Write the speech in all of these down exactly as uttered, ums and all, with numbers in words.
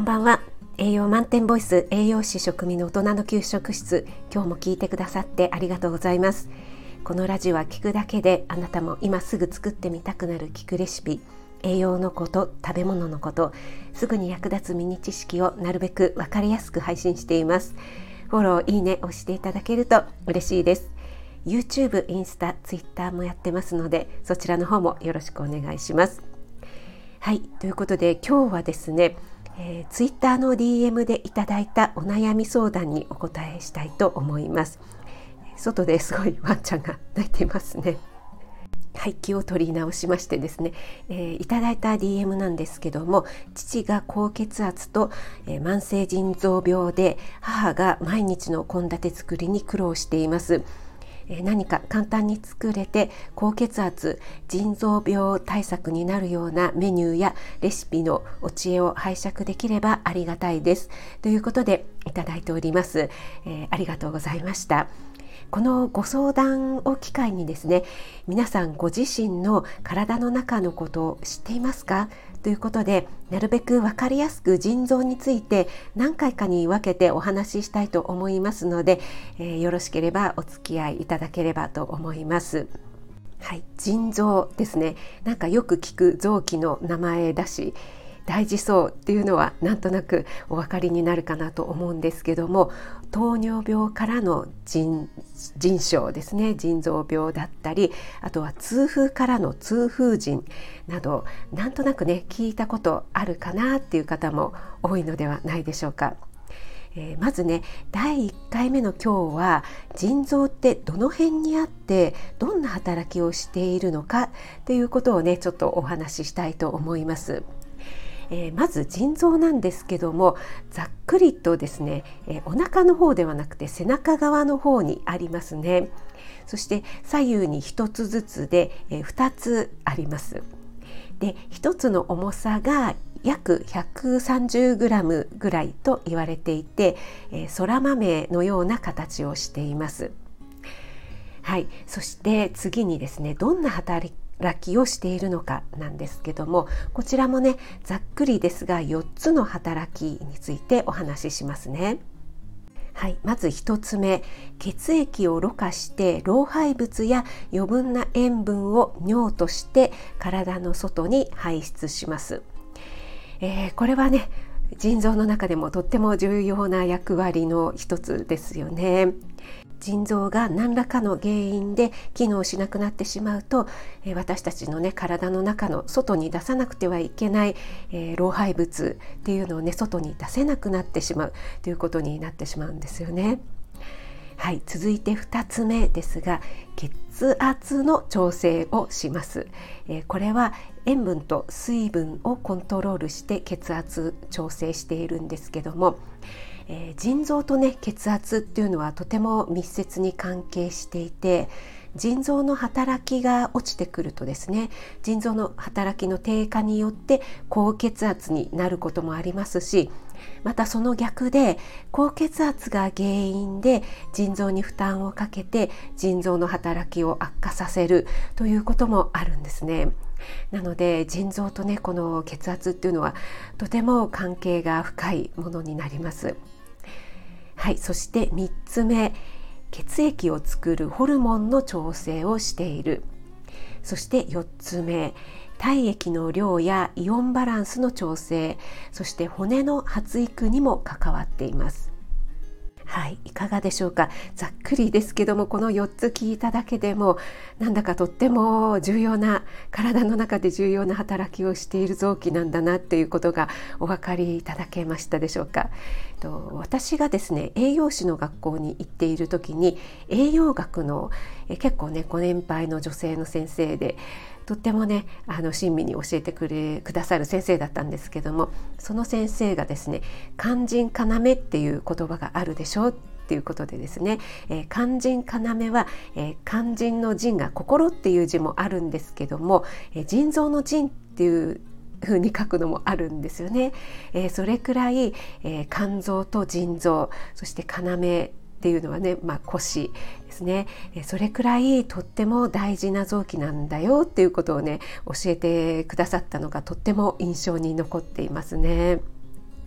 ばんは。栄養満点ボイス栄養士食味の大人の給食室、今日も聞いてくださってありがとうございます。このラジオは聞くだけであなたも今すぐ作ってみたくなる聞くレシピ、栄養のこと、食べ物のこと、すぐに役立つミニ知識をなるべくわかりやすく配信しています。フォロー、いいね押していただけると嬉しいです。 YouTube、インスタ、Twitter もやってますので、そちらの方もよろしくお願いします。はい、ということで今日はですね、えー、Twitter の ディーエム でいただいたお悩み相談にお答えしたいと思います。外ですごいワンちゃんが泣いていますね。はい、気を取り直しましてですね、えー、いただいた ディーエム なんですけども、父が高血圧と、えー、慢性腎臓病で、母が毎日の献立作りに苦労しています。何か簡単に作れて高血圧、腎臓病対策になるようなメニューやレシピのお知恵を拝借できればありがたいです、ということでいただいております。えー、ありがとうございました。このご相談を機会にですね、皆さんご自身の体の中のことを知っていますかということで、なるべく分かりやすく腎臓について何回かに分けてお話ししたいと思いますので、えー、よろしければお付き合いいただければと思います。はい、腎臓ですね。なんかよく聞く臓器の名前だし、大事そうっていうのはなんとなくお分かりになるかなと思うんですけども、糖尿病からの 腎, 腎症ですね、腎臓病だったり、あとは痛風からの痛風腎など、なんとなくね聞いたことあるかなっていう方も多いのではないでしょうか。えー、まずね、だいいっかいめの今日は、腎臓ってどの辺にあってどんな働きをしているのかということをねちょっとお話ししたいと思います。えー、まず腎臓なんですけども、ざっくりとですね、えー、お腹の方ではなくて背中側の方にありますね。そして左右にひとつずつで、えー、ふたつあります。で、ひとつの重さが約 ひゃくさんじゅうグラム ぐらいと言われていて、えー、空豆のような形をしています。はい、そして次にですね、どんな働き働きをしているのかなんですけども、こちらもねざっくりですがよっつの働きについてお話ししますね。はい、まずひとつめ、血液をろ過して老廃物や余分な塩分を尿として体の外に排出します。えー、これはね腎臓の中でもとっても重要な役割の一つですよね。腎臓が何らかの原因で機能しなくなってしまうと、私たちの、ね、体の中の外に出さなくてはいけない、えー、老廃物っていうのを、ね、外に出せなくなってしまうということになってしまうんですよね。はい、続いてふたつめですが、血圧の調整をします。えー、これは塩分と水分をコントロールして血圧調整しているんですけども、えー、腎臓とね血圧っていうのはとても密接に関係していて、腎臓の働きが落ちてくるとですね、腎臓の働きの低下によって高血圧になることもありますし、またその逆で高血圧が原因で腎臓に負担をかけて腎臓の働きを悪化させるということもあるんですね。なので腎臓とねこの血圧っていうのはとても関係が深いものになります。はい、そしてみっつめ、血液を作るホルモンの調整をしている。そしてよっつめ、体液の量やイオンバランスの調整、そして骨の発育にも関わっています。はい、いかがでしょうか。ざっくりですけども、このよっつ聞いただけでもなんだかとっても重要な、体の中で重要な働きをしている臓器なんだなっていうことがお分かりいただけましたでしょうか。と私がですね栄養士の学校に行っている時に、栄養学のえ結構ねご年配の女性の先生で、とってもねあの親身に教えてくれくださる先生だったんですけども、その先生がですね、肝腎要っていう言葉があるでしょっていうことでですね、えー、肝腎要は、えー、肝腎の腎が心っていう字もあるんですけども、えー、腎臓の腎っていう風に書くのもあるんですよね。えー、それくらい、えー、肝臓と腎臓、そして要っていうのはね、まあ、腰ですね。それくらいとっても大事な臓器なんだよっていうことをね教えてくださったのがとっても印象に残っていますね。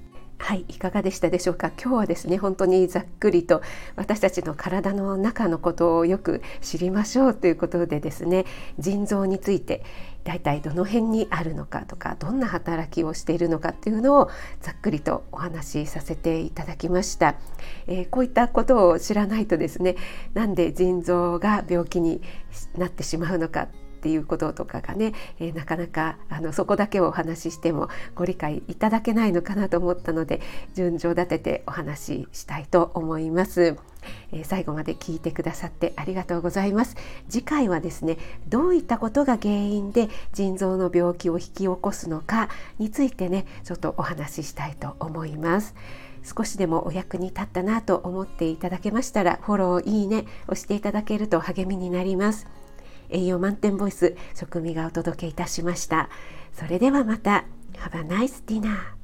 はい、いかがでしたでしょうか。今日はですね、本当にざっくりと私たちの体の中のことをよく知りましょうということでですね、腎臓についてだいたいどの辺にあるのかとか、どんな働きをしているのかっていうのをざっくりとお話しさせていただきました。えー、こういったことを知らないとですね、なんで腎臓が病気になってしまうのかっていうこととかがね、えー、なかなかあのそこだけをお話ししてもご理解いただけないのかなと思ったので、順序立ててお話ししたいと思います。えー、最後まで聞いてくださってありがとうございます。次回はですね、どういったことが原因で腎臓の病気を引き起こすのかについてね、ちょっとお話ししたいと思います。少しでもお役に立ったなと思っていただけましたら、フォロー、いいね押していただけると励みになります。栄養満点ボイス、食味がお届けいたしました。それではまた。Have a nice dinner.